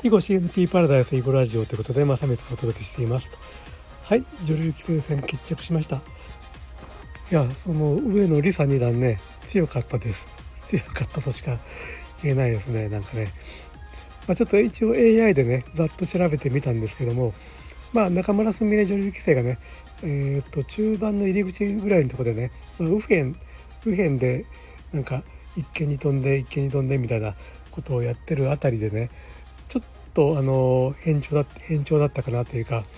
囲碁 CNP パラダイス囲碁ラジオということで、サミットをお届けしていますと。はい、女流棋聖戦決着しました。いや、その上野梨沙二段ね、強かったです。強かったとしか言えないですね。なんかね、ちょっと一応 AI でね、ざっと調べてみたんですけども、中村すみれ女流棋聖がね、中盤の入り口ぐらいのところでね、右辺でなんか一間に飛んでみたいなことをやってるあたりでね、ちょっと変調だったかなというか、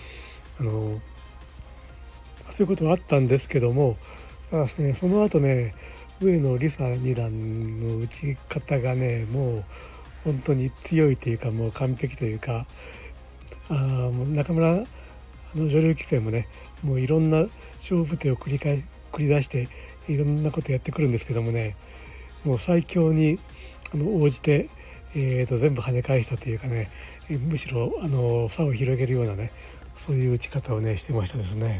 そういうことはあったんですけども、ただですね、その後ね、上野梨沙二段の打ち方がね、もう本当に強いというか、もう完璧というか、もう中村女流棋聖もね、もういろんな勝負手を繰り出していろんなことやってくるんですけどもね、もう最強に応じて、全部跳ね返したというかね、むしろ差を広げるようなね、そういう打ち方をねしてましたですね。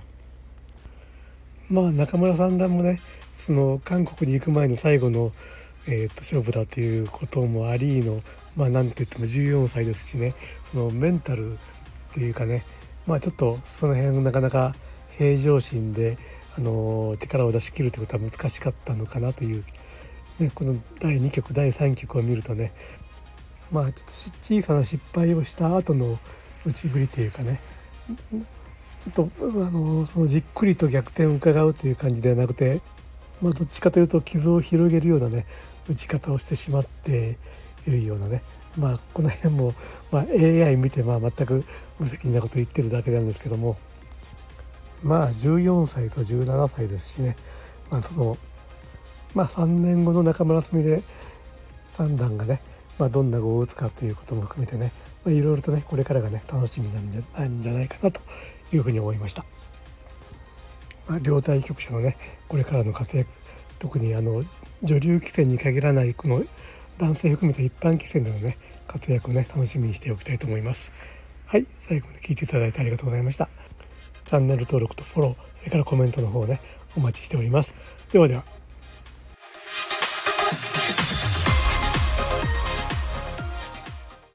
中村三段もね、その韓国に行く前の最後の、勝負だということもありの、なんといっても14歳ですしね、そのメンタルっていうかね、ちょっとその辺なかなか平常心で、力を出し切るということは難しかったのかなという、ね、この第2局第3局を見るとね、ちょっと小さな失敗をした後の打ちぶりというかね、ちょっとそのじっくりと逆転を伺うという感じではなくて、どっちかというと傷を広げるようなね打ち方をしてしまっているようなね、この辺も、AI 見て全く無責任なことを言ってるだけなんですけども、14歳と17歳ですしね、その3年後の中村すみれ三段がね、どんな碁を打つかということも含めてね、いろいろとねこれからがね楽しみなんじゃないかなというふうに思いました。両対局者のねこれからの活躍、特に女流棋戦に限らないこの男性含めた一般棋戦でのね活躍をね楽しみにしておきたいと思います。はい、最後まで聞いていただいてありがとうございました。チャンネル登録とフォロー、それからコメントの方ねお待ちしております。ではでは。